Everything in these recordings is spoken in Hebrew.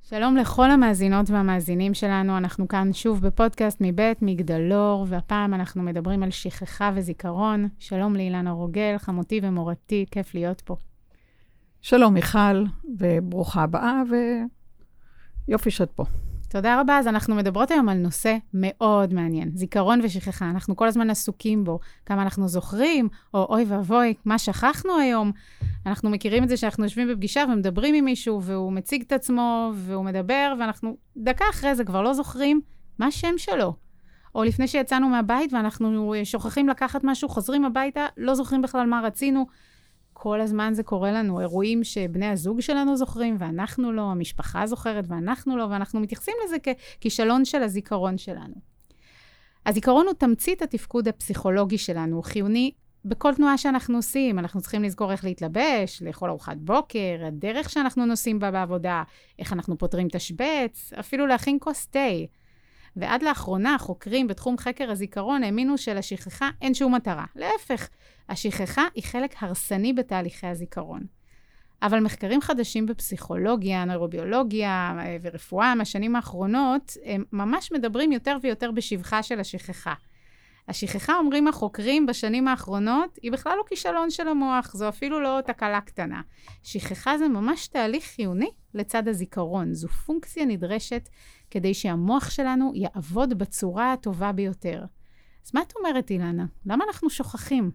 שלום לכל המאזינות והמאזינים שלנו, אנחנו כאן שוב בפודקאסט מבית מגדלור, והפעם אנחנו מדברים על שכחה וזיכרון. שלום לאילנה רוגל, חמותי ומורתי, כיף להיות פה. שלום מיכל, וברוכה הבאה, ויופי שאת פה. תודה רבה, אז אנחנו מדברות היום על נושא מאוד מעניין, זיכרון ושכחה. אנחנו כל הזמן עסוקים בו, כמה אנחנו זוכרים, או אוי ואבוי, מה שכחנו היום. אנחנו מכירים את זה שאנחנו יושבים בפגישה ומדברים עם מישהו, והוא מציג את עצמו, והוא מדבר, ואנחנו דקה אחרי זה כבר לא זוכרים מה השם שלו. או לפני שיצאנו מהבית ואנחנו שוכחים לקחת משהו, חוזרים הביתה, לא זוכרים בכלל מה רצינו. כל הזמן זה קורה לנו, אירועים שבני הזוג שלנו זוכרים, ואנחנו לא, המשפחה זוכרת, ואנחנו לא, ואנחנו מתייחסים לזה ככישלון של הזיכרון שלנו. הזיכרון הוא תמצית התפקוד הפסיכולוגי שלנו, הוא חיוני בכל תנועה שאנחנו עושים. אנחנו צריכים לזכור איך להתלבש, לאכול ארוחת בוקר, הדרך שאנחנו נוסעים בה בעבודה, איך אנחנו פותרים תשבץ, אפילו להכין כוס תה. ועד לאחרונה, חוקרים בתחום חקר הזיכרון האמינו שלשכחה אין שום מטרה. להפך, השכחה היא חלק הרסני בתהליכי הזיכרון. אבל מחקרים חדשים בפסיכולוגיה, נוירוביולוגיה ורפואה מהשנים האחרונות, הם ממש מדברים יותר ויותר בשבחה של השכחה. השכחה, אומרים החוקרים בשנים האחרונות, היא בכלל לא כישלון של המוח, זו אפילו לא תקלה קטנה. שכחה זה ממש תהליך חיוני לצד הזיכרון. זו פונקציה נדרשת כדי שהמוח שלנו יעבוד בצורה הטובה ביותר. אז מה את אומרת, אילנה? למה אנחנו שוכחים?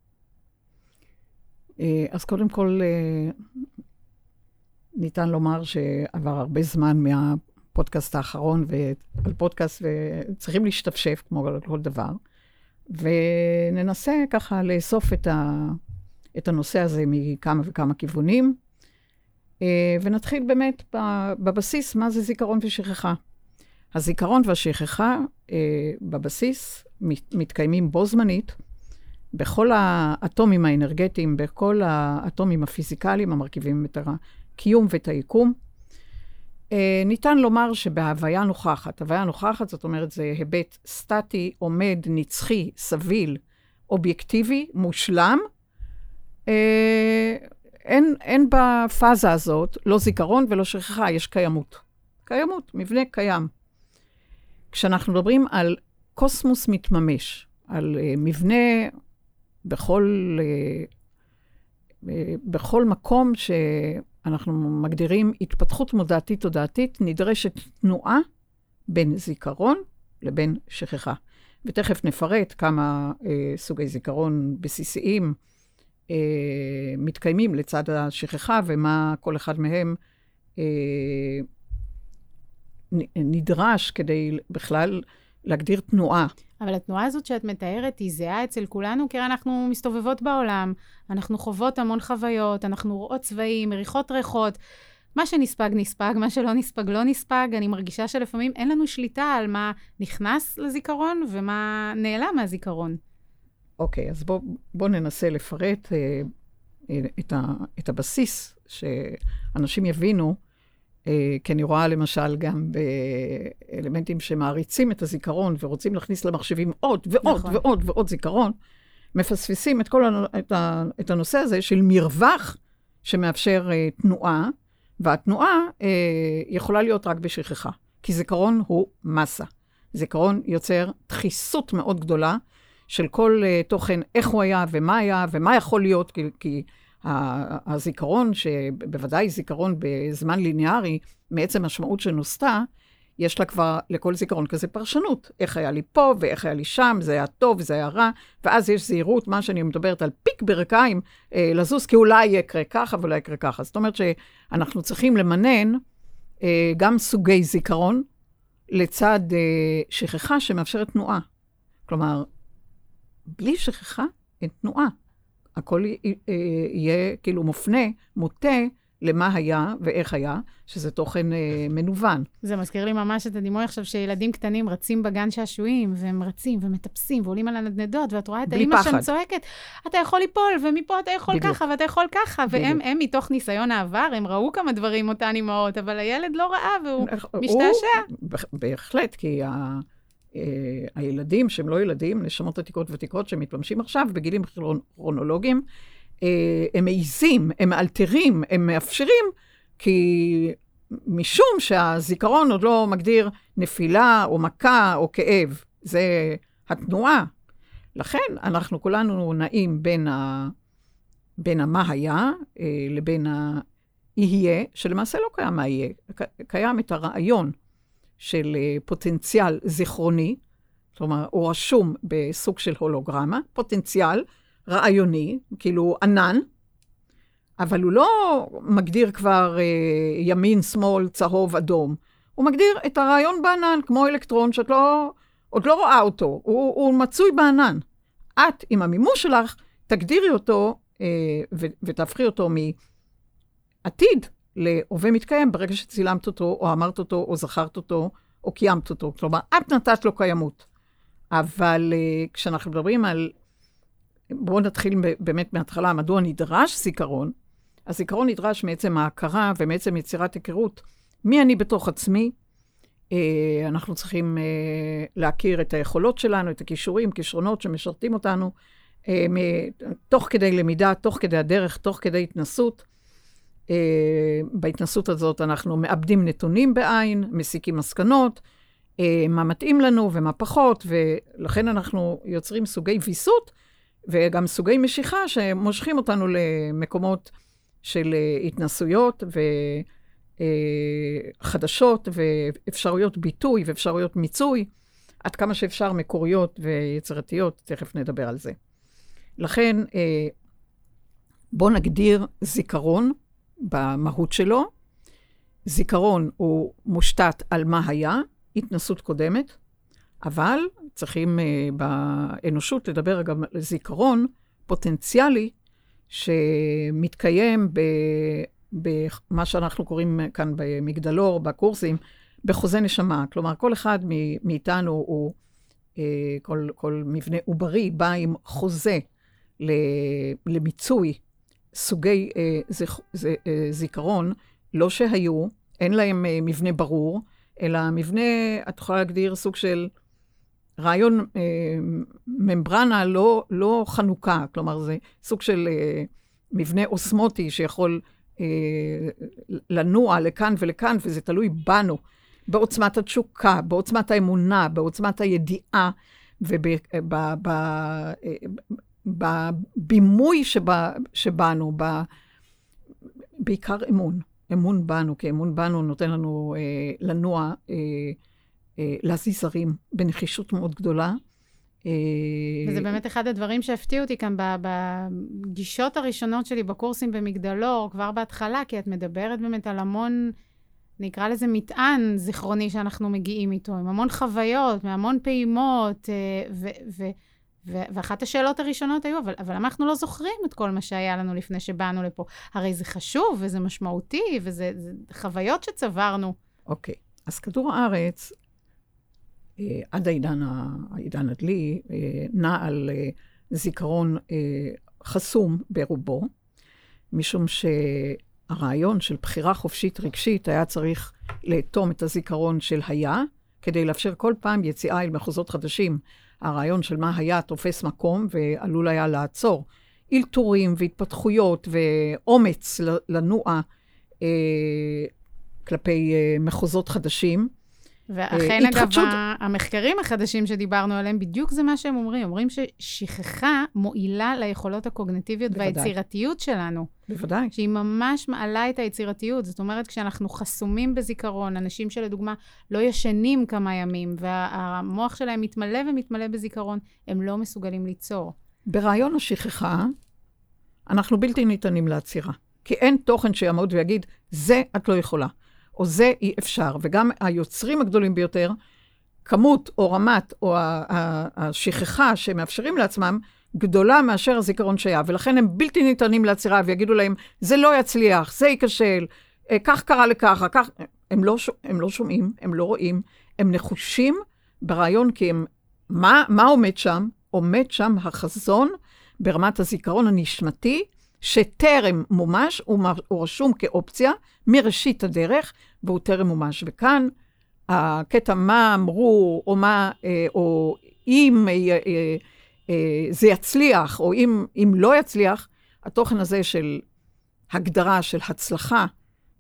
אז קודם כל, ניתן לומר שעבר הרבה זמן מהפודקאסט האחרון, ועל פודקאסט וצריכים להשתפשף כמו על כל דבר, וננסה ככה לאסוף את הנושא הזה מכמה וכמה כיוונים, ונתחיל באמת בבסיס מה זה זיכרון ושכחה. הזיכרון והשכחה בבסיס מתקיימים בו זמנית, בכל האטומים האנרגטיים, בכל האטומים הפיזיקליים המרכיבים את הקיום ואת היקום. ניתן לומר שבהוויה נוכחת, הוויה נוכחת זאת אומרת זה היבט סטטי, עומד, נצחי, סביל, אובייקטיבי, מושלם. אין בפאזה הזאת לא זיכרון ולא שכחה, יש קיימות. קיימות, מבנה קיים. כשאנחנו מדברים על קוסמוס מתממש, על מבנה בכל מקום שאנחנו מגדירים התפתחות מודעתית תודעתית, נדרשת תנועה בין זיכרון לבין שכחה. ותכף נפרט כמה סוגי זיכרון בסיסיים מתקיימים לצד השכחה, ומה כל אחד מהם נדרש כדי בכלל להגדיר תנועה. אבל התנועה הזאת שאת מתארת היא זהה אצל כולנו, כי אנחנו מסתובבות בעולם, אנחנו חוות המון חוויות, אנחנו רואות צבעים, מריחות ריחות, מה שנספג נספג, מה שלא נספג לא נספג. אני מרגישה שלפעמים אין לנו שליטה על מה נכנס לזיכרון ומה נעלם מהזיכרון. אוקיי, אז בוא ננסה לפרט את הבסיס שאנשים יבינו, כי אני רואה למשל גם באלמנטים שמעריצים את הזיכרון ורוצים להכניס למחשבים עוד ועוד נכון. ועוד ועוד זיכרון, מפספסים את הנושא הזה של מרווח שמאפשר תנועה, והתנועה יכולה להיות רק בשכחה, כי זיכרון הוא מסה. זיכרון יוצר דחיסות מאוד גדולה של כל תוכן, איך הוא היה ומה יכול להיות, כי הזיכרון, שבוודאי זיכרון בזמן ליניארי, מעצם משמעות שנוסתה, יש לה כבר לכל זיכרון כזה פרשנות. איך היה לי פה ואיך היה לי שם, זה היה טוב, זה היה רע, ואז יש זהירות, מה שאני מדברת על פיק ברכיים, לזוז, כי אולי יקרה ככה ואולי יקרה ככה. זאת אומרת שאנחנו צריכים למנן גם סוגי זיכרון, לצד שכחה שמאפשרת תנועה. כלומר, בלי שכחה אין תנועה. הכל יהיה כאילו מוטה למה היה ואיך היה, שזה תוכן מנוון. זה מזכיר לי ממש את הדימוי עכשיו שילדים קטנים רצים בגן שעשועים, והם רצים ומטפסים ועולים על הנדנדות, ואת רואה את האמא שם צועקת, אתה יכול ליפול, ומפה אתה יכול ככה, ואתה יכול ככה, והם מתוך ניסיון העבר, הם ראו כמה דברים אותן אמהות, אבל הילד לא ראה והוא משתעשע. בהחלט, כי הילדים שהם לא ילדים, נשמות עתיקות ותיקות שמתממשים עכשיו בגילים כרונולוגיים, הם מעיזים, הם מאלתרים, הם מאפשרים, כי משום שהזיכרון עוד לא מגדיר נפילה או מכה או כאב. זה התנועה. לכן אנחנו כולנו נעים בין מה היה לבין יהיה, שלמעשה לא קיים מה יהיה. קיים את הרעיון של פוטנציאל זיכרוני, כלומר, הוא רשום בסוג של הולוגרמה, פוטנציאל רעיוני, כאילו ענן, אבל הוא לא מגדיר כבר ימין, שמאל, צהוב, אדום. הוא מגדיר את הרעיון בענן, כמו אלקטרון שאת עוד לא רואה אותו. הוא מצוי בענן. את, עם המימוש שלך, תגדירי אותו ותהפכי אותו מעתיד להווה מתקיים ברגע שצילמת אותו, או אמרת אותו, או זכרת אותו, או קיימת אותו. כלומר, את נתת לו קיימות. אבל כשאנחנו מדברים על, בואו נתחיל באמת מההתחלה, מדוע נדרש זיכרון? הזיכרון נדרש מעצם ההכרה ומעצם יצירת היכרות. מי אני בתוך עצמי? אנחנו צריכים להכיר את היכולות שלנו, את הכישורים, כישרונות שמשרתים אותנו, תוך כדי למידה, תוך כדי הדרך, תוך כדי התנסות. בהתנסות הזאת אנחנו מאבדים נתונים בעין, מסיקים מסקנות, מה מתאים לנו ומה פחות, ולכן אנחנו יוצרים סוגי ויסות, וגם סוגי משיכה שמושכים אותנו למקומות של התנסויות וחדשות, ואפשרויות ביטוי ואפשרויות מיצוי, עד כמה שאפשר מקוריות ויצירתיות, תכף נדבר על זה. לכן, בוא נגדיר זיכרון במהות שלו. זיכרון הוא מושתת על מה היה, התנסות קודמת, אבל צריכים באנושות לדבר גם על זיכרון פוטנציאלי שמתקיים במה שאנחנו קוראים כאן במגדלור, בקורסים, בחוזה נשמה. כלומר, כל אחד מאיתנו הוא, כל מבנה עוברי בא עם חוזה למיצוי סוגי זיכרון, לא שהיו, אין להם מבנה ברור, אלא מבנה, את יכולה להגדיר סוג של רעיון ממברנה לא חנוכה, כלומר זה סוג של מבנה אוסמוטי שיכול לנוע לכאן ולכאן, וזה תלוי בנו, בעוצמת התשוקה, בעוצמת האמונה, בעוצמת הידיעה, בבימוי שבנו, בעיקר אמון בנו, כי אמון בנו נותן לנו לנוע, להזיז הרים בנחישות מאוד גדולה. וזה באמת אחד הדברים שהפתיעו אותי כאן בגישות הראשונות שלי בקורסים במגדלור, כבר בהתחלה, כי את מדברת באמת על המון, נקרא לזה מטען זיכרוני שאנחנו מגיעים איתו, עם המון חוויות, מהמון פעימות, ואחת השאלות הראשונות היו, אבל אנחנו לא זוכרים את כל מה שהיה לנו לפני שבאנו לפה. הרי זה חשוב וזה משמעותי, וזה חוויות שצברנו. אוקיי, אז כדור הארץ, עד העידן הדלי, נע על זיכרון חסום ברובו, משום שהרעיון של בחירה חופשית רגשית היה צריך לאטום את הזיכרון של היה, כדי לאפשר כל פעם יציאה אל מחוזות חדשים. הרעיון של מה היה תופס מקום ועלול היה לעצור. אילתורים והתפתחויות ואומץ לנוע כלפי מחוזות חדשים. ואכן אגב, המחקרים החדשים שדיברנו עליהם, בדיוק זה מה שהם אומרים. אומרים ששכחה מועילה ליכולות הקוגניטיביות והיצירתיות שלנו. בוודאי. שהיא ממש מעלה את היצירתיות. זאת אומרת, כשאנחנו חסומים בזיכרון, אנשים שלדוגמה לא ישנים כמה ימים, והמוח שלהם מתמלא ומתמלא בזיכרון, הם לא מסוגלים ליצור. ברעיון השכחה, אנחנו בלתי ניתנים לעצירה. כי אין תוכן שיעמוד ויגיד, זה את לא יכולה. או זה אי אפשר, וגם היוצרים הגדולים ביותר, כמות או רמת או השכחה שמאפשרים לעצמם, גדולה מאשר הזיכרון שהיה, ולכן הם בלתי ניתנים לעצירה, ויגידו להם, זה לא יצליח, זה ייכשל, כך קרה לככה, כך, הם לא שומעים, הם לא רואים, הם נחושים ברעיון, כי הם, מה עומד שם? עומד שם החזון ברמת הזיכרון הנשמתי, שטרם מומש, הוא רשום כאופציה, מראשית הדרך, והוא טרם מומש. וכאן, הקטע מה אמרו, או אם זה יצליח, או אם לא יצליח, התוכן הזה של הגדרה של הצלחה,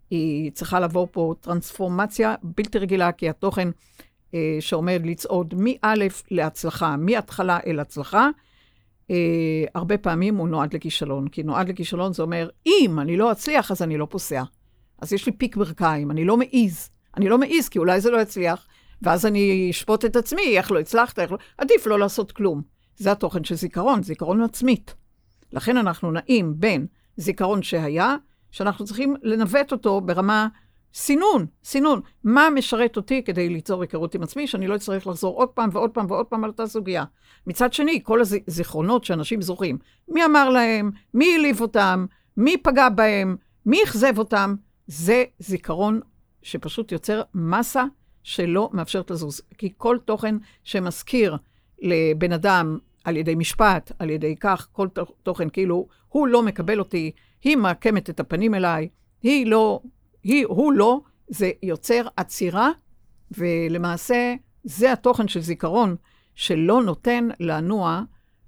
היא צריכה לעבור פה טרנספורמציה בלתי רגילה, כי התוכן שעומד לצעוד מא' להצלחה, מההתחלה אל הצלחה, הרבה פעמים הוא נועד לכישלון. כי נועד לכישלון זה אומר, אם אני לא אצליח, אז אני לא פוסע. אז יש לי פיק ברכיים, אני לא מעיז. אני לא מעיז, כי אולי זה לא יצליח, ואז אני אשפוט את עצמי, איך לא הצלחת, עדיף לא לעשות כלום. זה התוכן של זיכרון, זיכרון עצמית. לכן אנחנו נעים בין זיכרון שהיה, שאנחנו צריכים לנווט אותו ברמה סינון. מה משרת אותי כדי ליצור היכרות עם עצמי, שאני לא אצטרך לחזור עוד פעם ועוד פעם ועוד פעם על אותה סוגיה. מצד שני, כל הזיכרונות שאנשים זוכרים, מי אמר להם, מי העליב אותם, מי פגע בהם, מי אכזב אותם, זה זיכרון שפשוט יוצר מסה שלא מאפשרת לזוז. כי כל תוכן שמזכיר לבן אדם על ידי משפט, על ידי כך, כל תוכן כאילו, הוא לא מקבל אותי, היא מעקמת את הפנים אליי, הוא לא, זה יוצר עצירה, ולמעשה זה התוכן של זיכרון, שלא נותן לנוע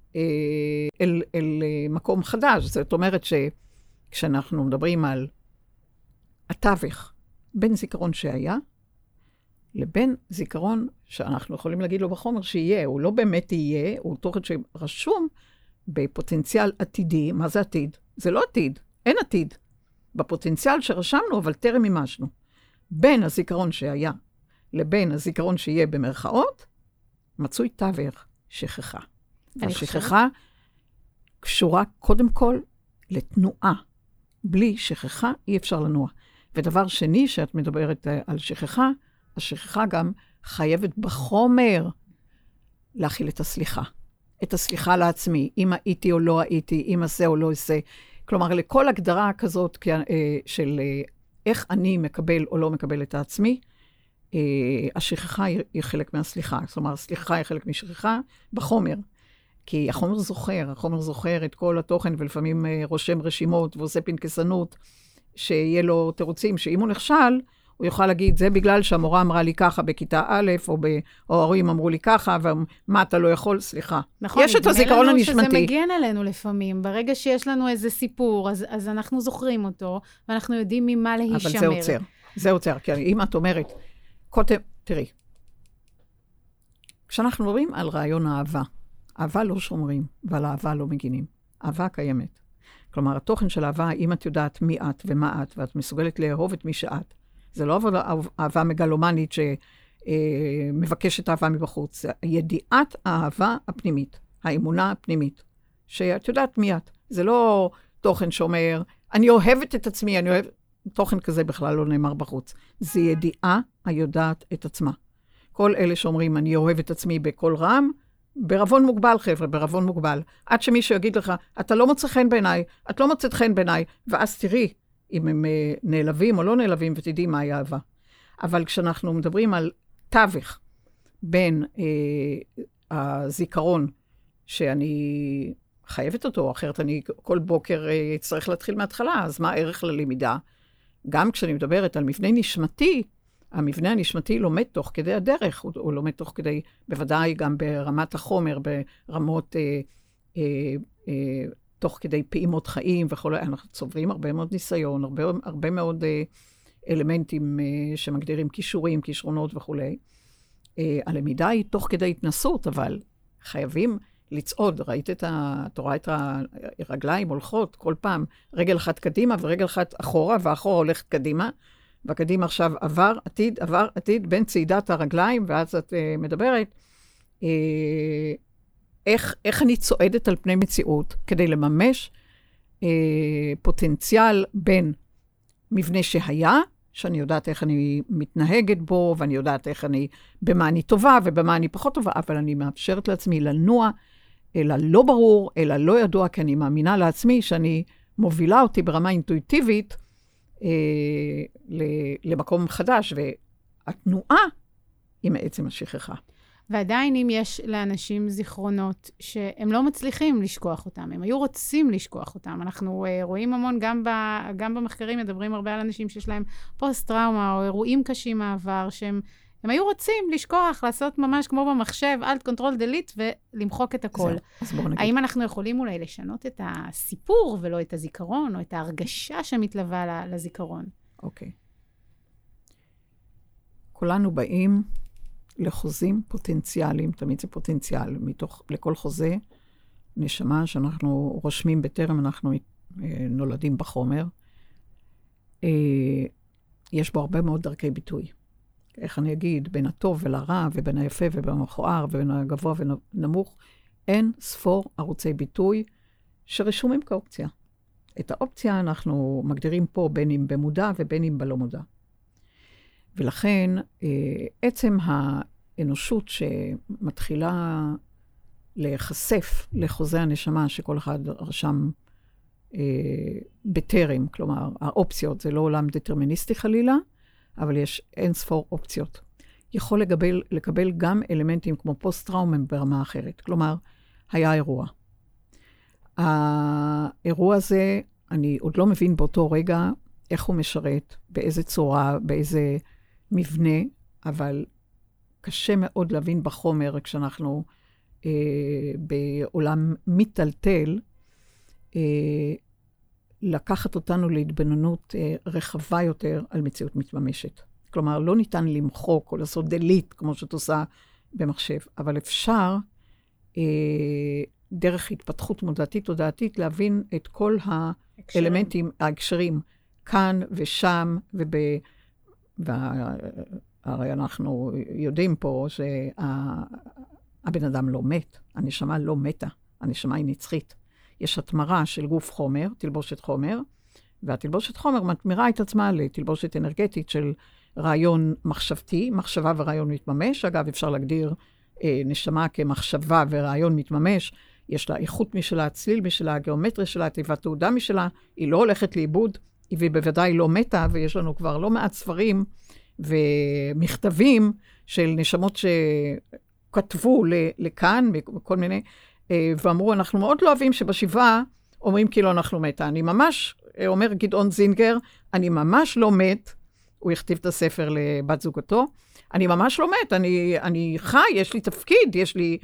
אל מקום חדש. זאת אומרת שכשאנחנו מדברים על התווך בין זיכרון שהיה, לבין זיכרון שאנחנו יכולים להגיד לו בחומר שיהיה, הוא לא באמת יהיה, הוא תוכן שרשום בפוטנציאל עתידי. מה זה עתיד? זה לא עתיד, אין עתיד. בפוטנציאל שרשמנו, אבל טרם מימשנו. בין הזיכרון שהיה לבין הזיכרון שיהיה במרכאות, מצוי תווך, שכחה. והשכחה קשורה קודם כל לתנועה. בלי שכחה אי אפשר לנוע. ודבר שני שאת מדברת על שכחה, השכחה גם חייבת בחומר להכיל את הסליחה. את הסליחה לעצמי, אם הייתי או לא הייתי, אם עשה או לא עשה. כלומר, לכל הגדרה כזאת של איך אני מקבל או לא מקבל את העצמי, השכחה היא חלק מהסליחה. זאת אומרת, הסליחה היא חלק משכחה בחומר. כי החומר זוכר את כל התוכן, ולפעמים רושם רשימות ועושה פנקסנות, שיהיה לו תירוצים, שאם הוא נכשל, הוא יוכל להגיד, זה בגלל שהמורה אמרה לי ככה בכיתה א', או ההורים אמרו לי ככה, ומה אתה לא יכול, סליחה. נכון, יש את הזיכרון הנשמתי. שזה מגן עלינו לפעמים. ברגע שיש לנו איזה סיפור, אז אנחנו זוכרים אותו, ואנחנו יודעים ממה להישמר. אבל זה עוצר. כי אם את אומרת, תראי, כשאנחנו מדברים על רעיון אהבה לא שומרים, ועל אהבה לא מגינים. אהבה קיימת. כלומר, התוכן של אהבה, אם את יודעת מי את ומה את, ואת מסוגלת לאהוב את מי שאת, זה לא אהבה מגלומנית שמבקשת אהבה מבחוץ, זה ידיעת האהבה הפנימית, האמונה הפנימית, שאת יודעת מי את. זה לא תוכן שאומר, אני אוהבת את עצמי, תוכן כזה בכלל לא נאמר בחוץ. זה ידיעה היודעת את עצמה. כל אלה שאומרים, אני אוהב את עצמי בכל רם, בערבון מוגבל, חבר'ה, בערבון מוגבל. עד שמישהו יגיד לך, אתה לא מוצא חן בעיניי, את לא מוצאת חן בעיניי, ואז תראי אם הם נעלבים או לא נעלבים, ותדעי מהי אהבה. אבל כשאנחנו מדברים על תווך בין הזיכרון שאני חייבת אותו, אחרת אני כל בוקר צריך להתחיל מההתחלה, אז מה הערך ללמידה? גם כשאני מדברת על מבנה נשמתי, המבנה הנשמתי לומד תוך כדי הדרך, הוא לומד תוך כדי, בוודאי גם ברמת החומר, ברמות, תוך כדי פעימות חיים וכו'. אנחנו צוברים הרבה מאוד ניסיון, הרבה מאוד אלמנטים שמגדירים כישורים, כישרונות וכו'. הלמידה היא תוך כדי התנסות, אבל חייבים לצעוד. ראית את רואה את הרגליים הולכות כל פעם, רגל אחת קדימה ורגל אחת אחורה, ואחורה הולכת קדימה. והקדימה עכשיו עבר, עתיד, בין צעידת הרגליים, ואז את מדברת, איך אני צועדת על פני מציאות, כדי לממש פוטנציאל בין מבנה שהיה, שאני יודעת איך אני מתנהגת בו, ואני יודעת במה אני טובה, ובמה אני פחות טובה, אבל אני מאפשרת לעצמי לנוע, אלא לא ברור, אלא לא ידוע, כי אני מאמינה לעצמי, שאני מובילה אותי ברמה אינטואיטיבית, למקום חדש, והתנועה היא מעצם השכחה. ועדיין אם יש לאנשים זיכרונות שהם לא מצליחים לשכוח אותם, הם היו רוצים לשכוח אותם. אנחנו רואים המון, גם במחקרים מדברים הרבה על אנשים שיש להם פוסט-טראומה או אירועים קשים מהעבר, שהם היו רוצים לשכוח, לעשות ממש כמו במחשב, Alt Control Delete ולמחוק את הכל. האם אנחנו יכולים אולי לשנות את הסיפור ולא את הזיכרון, או את ההרגשה שמתלווה לזיכרון? אוקיי. כולנו באים לחוזים פוטנציאליים, תמיד זה פוטנציאל, לכל חוזה נשמה שאנחנו רושמים בטרם אנחנו נולדים בחומר. יש בו הרבה מאוד דרכי ביטוי. איך אני אגיד, בין הטוב ולרע, ובין היפה ובין המכוער, ובין הגבוה ונמוך, אין ספור ערוצי ביטוי שרשומים כאופציה. את האופציה אנחנו מגדירים פה בין אם במודע ובין אם בלא מודע. ולכן, עצם האנושות שמתחילה להיחשף לחוזה הנשמה שכל אחד רשם בטרם, כלומר, האופציות זה לא עולם דטרמיניסטי חלילה, אבל יש אין ספור אופציות. יכול לקבל גם אלמנטים כמו פוסט-טראומה ברמה אחרת. כלומר, היה אירוע. האירוע הזה, אני עוד לא מבין באותו רגע איך הוא משרת, באיזה צורה, באיזה מבנה, אבל קשה מאוד להבין בחומר כשאנחנו בעולם מטלטל, לקחת אותנו להתבוננות רחבה יותר על מציאות מתממשת. כלומר, לא ניתן למחוק או לעשות דליט, כמו שאת עושה במחשב, אבל אפשר, דרך התפתחות מודעתית, להבין את כל האלמנטים, ההקשרים, כאן ושם, הרי אנחנו יודעים פה שהבן אדם לא מת, הנשמה לא מתה, הנשמה היא נצחית. יש התמרה של גוף חומר, תלבושת חומר, והתלבושת חומר מתמירה את עצמה לתלבושת אנרגטית של רעיון מחשבתי, מחשבה ורעיון מתממש. אגב, אפשר להגדיר נשמה כמחשבה ורעיון מתממש. יש לה איכות משלה, צליל משלה, גיאומטריה שלה, תיבת תעודה משלה. היא לא הולכת לאיבוד, היא בוודאי לא מתה, ויש לנו כבר לא מעט ספרים ומכתבים של נשמות שכתבו לכאן, כל מיני, ואמרו, אנחנו מאוד לא אוהבים שבשבעה אומרים כאילו אנחנו מתה. אני ממש, אומר גדעון זינגר, אני ממש לא מת, הוא הכתיב את הספר לבת זוגתו, אני ממש לא מת, אני חי, יש לי תפקיד, יש לי,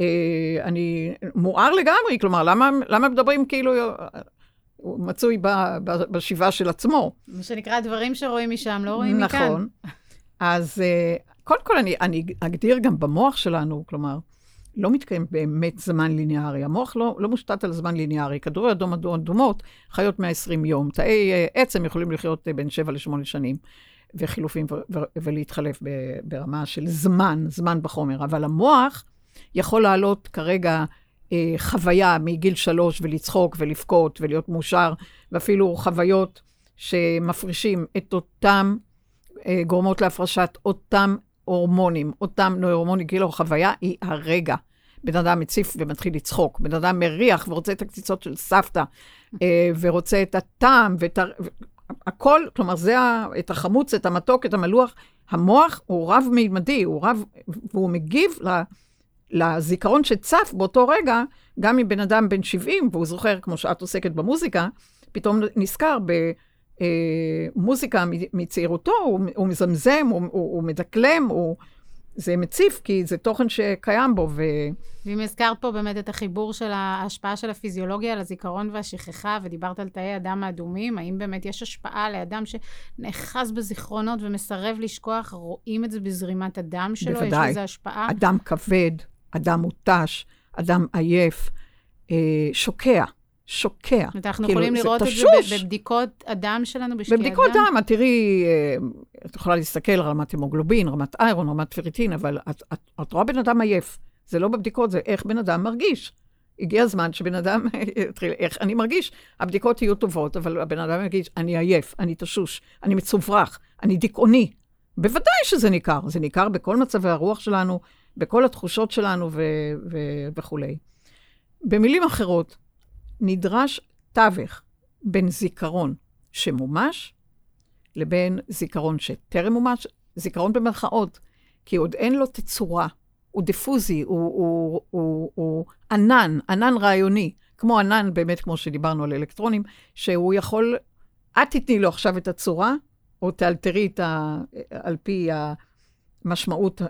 אני מואר לגמרי, כלומר, למה מדברים כאילו, הוא מצוי בשבעה של עצמו. מה שנקרא, דברים שרואים משם, לא רואים מכאן. נכון. אז קודם כל אני אגדיר גם במוח שלנו, כלומר, לא מתקיים באמת זמן ליניארי. המוח לא מושתת על זמן ליניארי. כדורי אדומות חיות 120 יום. תאי עצם יכולים לחיות בין 7 ל-8 שנים, וחילופים ולהתחלף ברמה של זמן בחומר. אבל המוח יכול לעלות כרגע חוויה מגיל 3 ולצחוק ולבכות ולהיות מאושר, ואפילו חוויות שמפרישים את אותם, גורמות להפרשת אותם הורמונים, אותם נוירומונים, כאילו החוויה היא הרגע. בן אדם מציף ומתחיל לצחוק, בן אדם מריח ורוצה את הקציצות של סבתא, ורוצה את הטעם, הכל, כלומר זה את החמוץ, את המתוק, את המלוח. המוח הוא רב מימדי, והוא מגיב לזיכרון שצף באותו רגע, גם אם בן אדם בן 70, והוא זוכר, כמו שאת עוסקת במוזיקה, פתאום נזכר במוזיקה מצעירותו, הוא מזמזם, הוא מדקלם, זה מציף, כי זה תוכן שקיים בו. ואם הזכרת פה באמת את החיבור של ההשפעה של הפיזיולוגיה על הזיכרון והשכחה, ודיברת על תאי אדם האדומים, האם באמת יש השפעה לאדם שנאחז בזיכרונות ומסרב לשכוח, רואים את זה בזרימת הדם שלו? בוודאי. יש לזה השפעה? אדם כבד, אדם מותש, אדם עייף, שוקע. אנחנו יכולים לראות את זה בבדיקות אדם שלנו, בשקיע אדם? בבדיקות דם, את תראי, את יכולה להסתכל על רמת המוגלובין, רמת איירון, רמת פריטין, אבל את רואה בן אדם עייף. זה לא בבדיקות, זה איך בן אדם מרגיש. הגיע הזמן שבן אדם, איך אני מרגיש. הבדיקות יהיו טובות, אבל הבן אדם ירגיש, אני עייף, אני תשוש, אני מצוברח, אני דיכאוני. בוודאי שזה ניכר. זה ניכר בכל מצבי הרוח שלנו, בכל התחושות שלנו וכו'. במילים אחרות, נדרש תווך בין זיכרון שמומש לבין זיכרון שטרם מומש, זיכרון במרכאות, כי עוד אין לו תצורה, הוא דיפוזי, הוא ענן רעיוני, כמו ענן באמת כמו שדיברנו על אלקטרונים, שהוא יכול, את תתני לו עכשיו את הצורה, או תאלתרי על פי המשמעות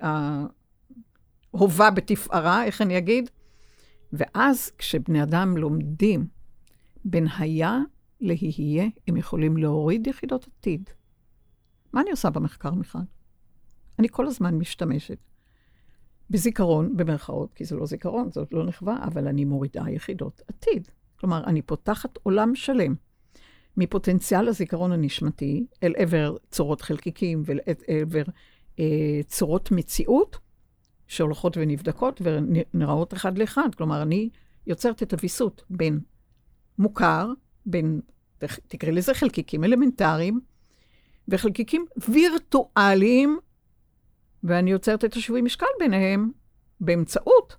ההובה בתפארה, איך אני אגיד, ואז כשבני אדם לומדים בין היה להיהיה, הם יכולים להוריד יחידות עתיד. מה אני עושה במחקר, מיכל? אני כל הזמן משתמשת בזיכרון, במרכאות, כי זה לא זיכרון, זאת לא נחווה, אבל אני מורידה יחידות עתיד. כלומר, אני פותחת עולם שלם מפוטנציאל הזיכרון הנשמתי, אל עבר צורות חלקיקים ואל עבר צורות מציאות, שהולכות ונבדקות ונראות אחד לאחד. כלומר, אני יוצרת את הוויסות בין מוכר, בין, תקרא לזה חלקיקים אלמנטריים, וחלקיקים וירטואליים, ואני יוצרת את השווי משקל ביניהם באמצעות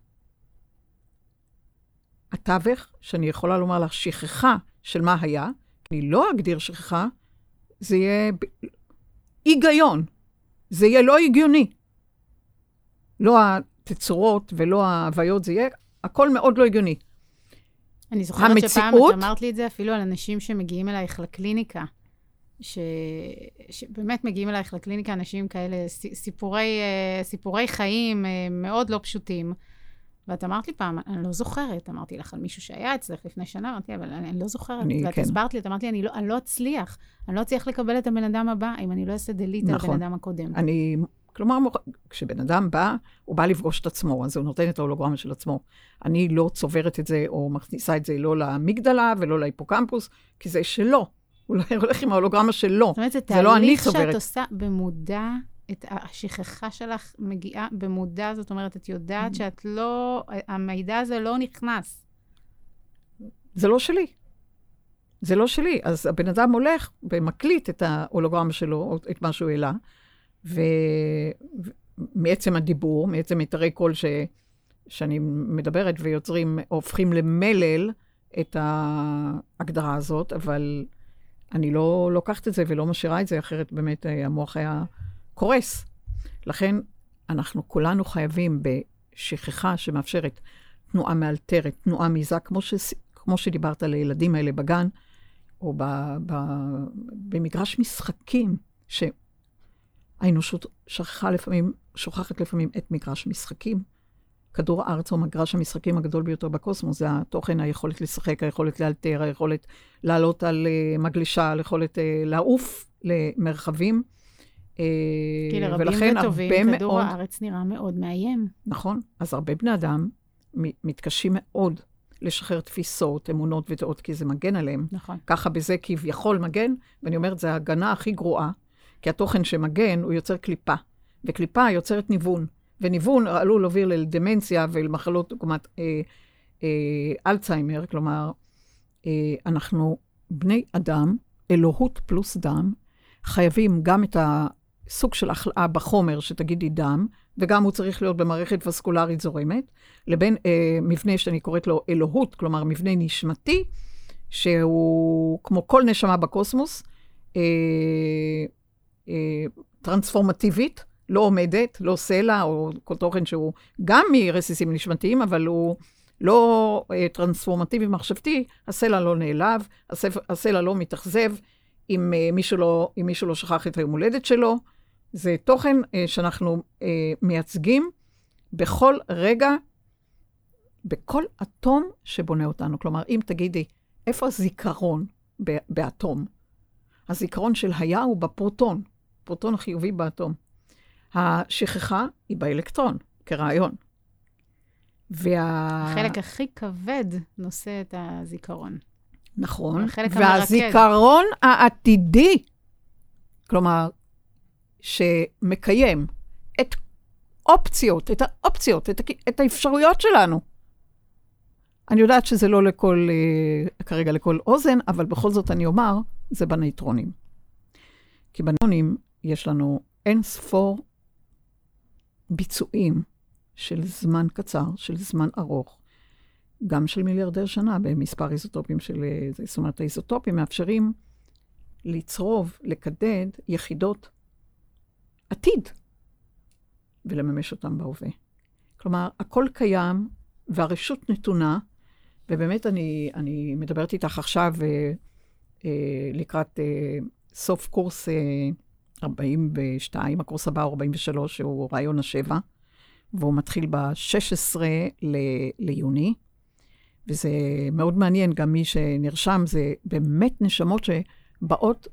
התווך, שאני יכולה לומר לך שכחה של מה היה, אני לא אגדיר שכחה, זה יהיה היגיון, זה יהיה לא הגיוני. לא התצורות ולא ההוויות, זה יהיה הכל מאוד לא הגיוני. אני זוכרת שפעם את אמרת לי את זה אפילו על אנשים שמגיעים אלייך לקליניקה, שבאמת מגיעים אלייך לקליניקה אנשים כאלה, סיפורי חיים מאוד לא פשוטים, ואת אמרת לי פעם, אני לא זוכרת, אמרתי לך על מישהו שהיה אצלך לפני שנה, אמרתי, אבל אני לא זוכרת, ואת הסברת לי, את אמרת לי, אני לא אצליח לקבל את הבן אדם הבא, אם אני לא אעשה דלית על הבן אדם הקודם. כלומר, כשבן אדם בא, הוא בא לפגוש את עצמו, אז הוא נותן את ההולוגרמה של עצמו. אני לא צוברת את זה, או מכניסה את זה לא למגדלה ולא להיפוקמפוס, כי זה שלו. הוא לא הולך עם ההולוגרמה שלו. זאת אומרת, זה תהליך שאת עושה במודע, את השכחה שלך מגיעה במודע, זאת אומרת, את יודעת שאת לא, המידע הזה לא נכנס. זה לא שלי. זה לא שלי. אז הבן אדם הולך ומקליט את ההולוגרמה שלו, או את מה שהוא העלה, ומעצם הדיבור, מעצם מיתרי קול שאני מדברת ויוצרים, הופכים למלל את ההגדרה הזאת, אבל אני לא לוקחת את זה ולא משאירה את זה, אחרת באמת המוח היה קורס. לכן אנחנו כולנו חייבים בשכחה שמאפשרת תנועה מאלתרת, תנועה מזה, כמו שדיברת על הילדים האלה בגן, או במגרש משחקים, האנושות שוכחת לפעמים את מגרש משחקים. כדור הארץ הוא מגרש המשחקים הגדול ביותר בקוסמוס, זה התוכן, היכולת לשחק, היכולת לאלתר, היכולת לעלות על מגלישה, היכולת לעוף למרחבים. כי לרבים וטובים, כדור הארץ נראה מאוד מאיים. נכון, אז הרבה בני אדם מתקשים מאוד לשחרר תפיסות, אמונות ודעות, כי זה מגן עליהם. נכון. ככה בזה כביכול מגן, ואני אומרת, זה ההגנה הכי גרועה, כי התוכן שמגן הוא יוצר קליפה, וקליפה יוצרת ניוון, וניוון עלול להוביל לדמנציה ולמחלות דוגמת אלצהיימר, כלומר, אנחנו בני אדם, אלוהות פלוס דם, חייבים גם את הסוג של החלאה בחומר שתגידי דם, וגם הוא צריך להיות במערכת וסקולרית זורמת, לבין מבנה שאני קוראת לו אלוהות, כלומר מבנה נשמתי, שהוא כמו כל נשמה בקוסמוס, טרנספורמטיבית, לא עומדת, לא סלע, או כל תוכן שהוא גם מרסיסים נשמתיים, אבל הוא לא טרנספורמטיבי מחשבתי, הסלע לא נעלב, הסלע לא מתאכזב, אם מישהו לא שכח את היום הולדת שלו. זה תוכן שאנחנו מייצגים בכל רגע, בכל אטום שבונה אותנו. כלומר, אם תגידי, איפה הזיכרון באטום? הזיכרון של היה הוא בפרוטון, פרוטון החיובי באטום. השכחה היא באלקטרון, כרעיון. החלק הכי כבד נושא את הזיכרון. נכון, והזיכרון העתידי, כלומר, שמקיים את האופציות, את האפשרויות שלנו. אני יודעת שזה לא כרגע לכל אוזן, אבל בכל זאת אני אומר, זה בנייטרונים. כי בנייטרונים יש לנו אין ספור ביצועים של זמן קצר, של זמן ארוך, גם של מיליארדי שנה במספר איזוטופים של, זאת אומרת, האיזוטופים מאפשרים לצרוב, לקדד יחידות עתיד, ולממש אותם בהווה. כלומר, הכל קיים, והרשות נתונה, ובאמת אני מדברת איתך עכשיו לקראת סוף קורס 42, הקורס הבא 43, שהוא רעיון השבע, והוא מתחיל ב-16 ליוני, וזה מאוד מעניין, גם מי שנרשם, זה באמת נשמות שבאות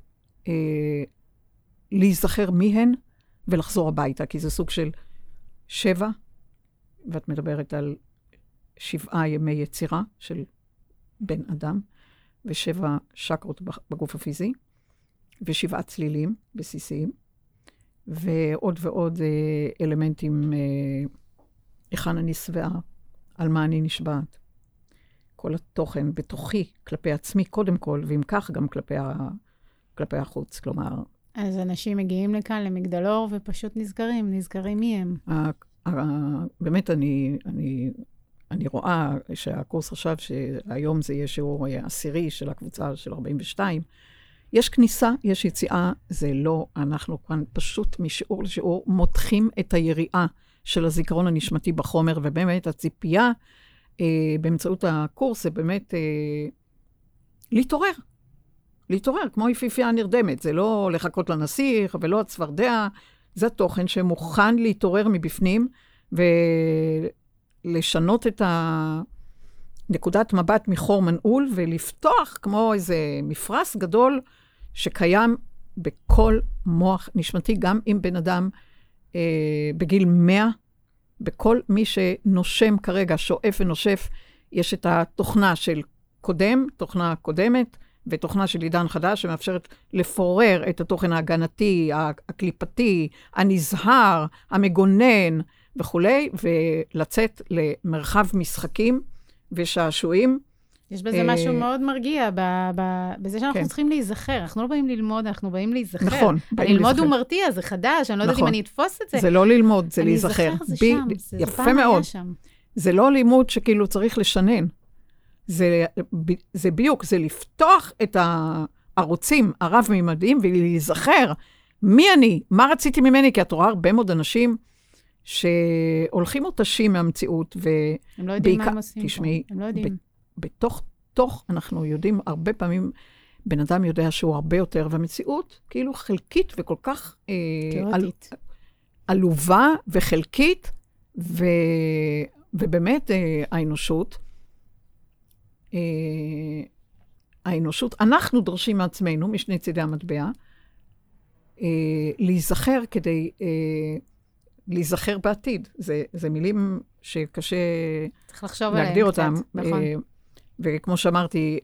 להיזכר מיהן ולחזור הביתה, כי זה סוג של 7, ואת מדברת על 7 ימי יצירה של בן אדם, ו7 שקרות בגוף הפיזי, ו7 צלילים בסיסיים, ועוד ועוד אלמנטים, היכן אני שבעה, על מה אני נשבעת. כל התוכן בתוכי, כלפי עצמי קודם כל, ואם כך גם כלפי החוץ, כלומר... אז אנשים מגיעים לכאן למגדלור ופשוט נזכרים מי הם. באמת אני רואה שהקורס עכשיו, שהיום זה יהיה שיעור 10 של הקבוצה של 42, יש כניסה, יש יציאה, זה לא, אנחנו כאן פשוט משיעור לשיעור מותחים את היריעה של הזיכרון הנשמתי בחומר, ובאמת הציפייה באמצעות הקורס זה באמת להתעורר, כמו יפיפייה נרדמת, זה לא לחכות לנסיך ולא הצפרדע, זה תוכן שמוכן להתעורר מבפנים, ולשנות את נקודת מבט מחור מנעול, ולפתוח כמו איזה מפרס גדול, שקיים בכל מוח נשמתי, גם אם בן אדם בגיל 100, בכל מי שנושם כרגע, שואף ונושף, יש את התוכנה של תוכנה קודמת, ותוכנה של עידן חדש, שמאפשרת לפורר את התוכן ההגנתי, הקליפתי, הנזהר, המגונן וכו', ולצאת למרחב משחקים ושעשועים. יש בזה משהו מאוד מרגיע, בזה שאנחנו צריכים להיזכר. אנחנו לא באים ללמוד, אנחנו באים להיזכר. נכון, ללמוד הוא מרתיע, זה חדש, אני לא יודעת אם אני אתפוס את זה. זה לא ללמוד, זה להיזכר. זה שם, זה יפה מאוד. זה לא לימוד שכאילו צריך לשנן. זה ביוק, זה לפתוח את הערוצים הרב-מימדיים ולהיזכר מי אני, מה רציתי ממני, כי את רואה הרבה מאוד אנשים שהולכים אותשים מהמציאות, הם לא יודעים מה הם עושים פה. תשמעי, הם לא יודעים. בתוך אנחנו יודעים, הרבה פעמים בן אדם יודע שהוא הרבה יותר, והמציאות כאילו חלקית וכל כך עלובה וחלקית, ובאמת האנושות, אנחנו דורשים מעצמנו, משני צידי המטבע, להיזכר כדי להיזכר בעתיד. זה מילים שקשה להגדיר אותם. נכון. וכמו שאמרתי,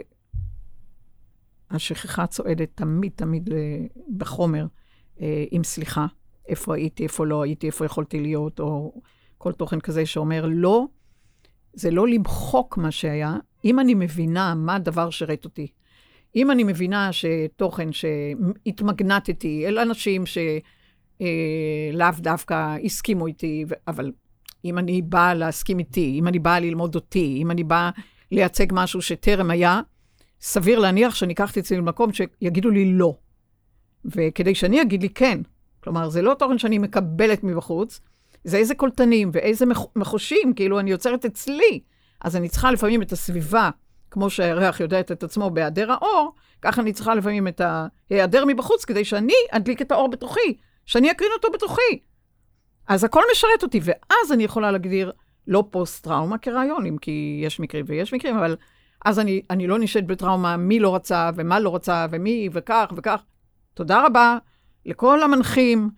השכחה צועדת תמיד בחומר, עם סליחה, איפה הייתי, איפה לא הייתי, איפה יכולתי להיות, או כל תוכן כזה שאומר לא, זה לא למחוק מה שהיה, אם אני מבינה מה הדבר שרת אותי, אם אני מבינה שתוכן שהתמגנתתי אל אנשים שלאו דווקא הסכימו איתי, אבל אם אני באה להסכים איתי, אם אני באה ללמוד אותי, אם אני באה לייצג משהו שטרם היה, סביר להניח שאני אקח את עצמי למקום שיגידו לי לא. וכדי שאני אגיד לי כן, כלומר, זה לא תוכן שאני מקבלת מבחוץ, זה איזה קולטנים ואיזה מחושים, כאילו אני יוצרת אצלי. אז אני צריכה לפעמים את הסביבה, כמו שהירח יודעת את עצמו בהיעדר האור, ככה אני צריכה לפעמים את ההיעדר מבחוץ, כדי שאני אדליק את האור בתוכי, שאני אקרין אותו בתוכי. אז הכל משרת אותי, ואז אני יכולה להגדיר לא פוסט-טראומה כרעיון, כי יש מקרים ויש מקרים, אבל אז אני לא נשארת בטראומה מי לא רצה ומה לא רצה ומי וכך וכך. תודה רבה לכל המנחים,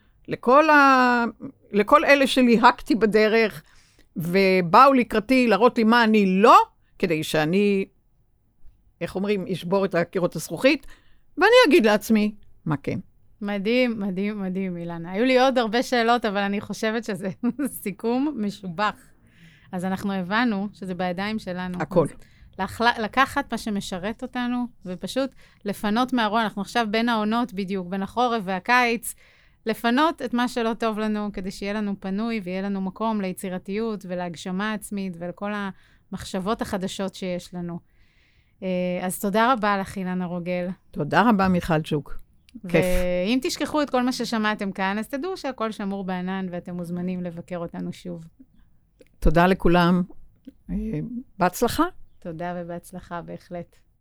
לכל אלה שליהקתי בדרך, ובאו לקראתי להראות לי מה אני לא, כדי שאני, איך אומרים, אשבור את הקירות הזכוכית, ואני אגיד לעצמי, מה כן. מדהים, מדהים, מדהים, אילנה. היו לי עוד הרבה שאלות, אבל אני חושבת שזה סיכום משובח. אז אנחנו הבנו שזה בידיים שלנו. הכל. לקחת מה שמשרת אותנו, ופשוט לפנות מהארון. אנחנו עכשיו בין העונות בדיוק, בין החורף והקיץ, לפנות את מה שלא טוב לנו, כדי שיהיה לנו פנוי, ויהיה לנו מקום ליצירתיות ולהגשמה עצמית, ולכל המחשבות החדשות שיש לנו. אז תודה רבה לך, אילנה רוגל. תודה רבה, מיכל צ'וק. כיף. ואם תשכחו את כל מה ששמעתם כאן, אז תדעו שהכל שמור בענן, ואתם מוזמנים לבקר אותנו שוב. תודה לכולם. בהצלחה. תודה ובהצלחה, בהחלט.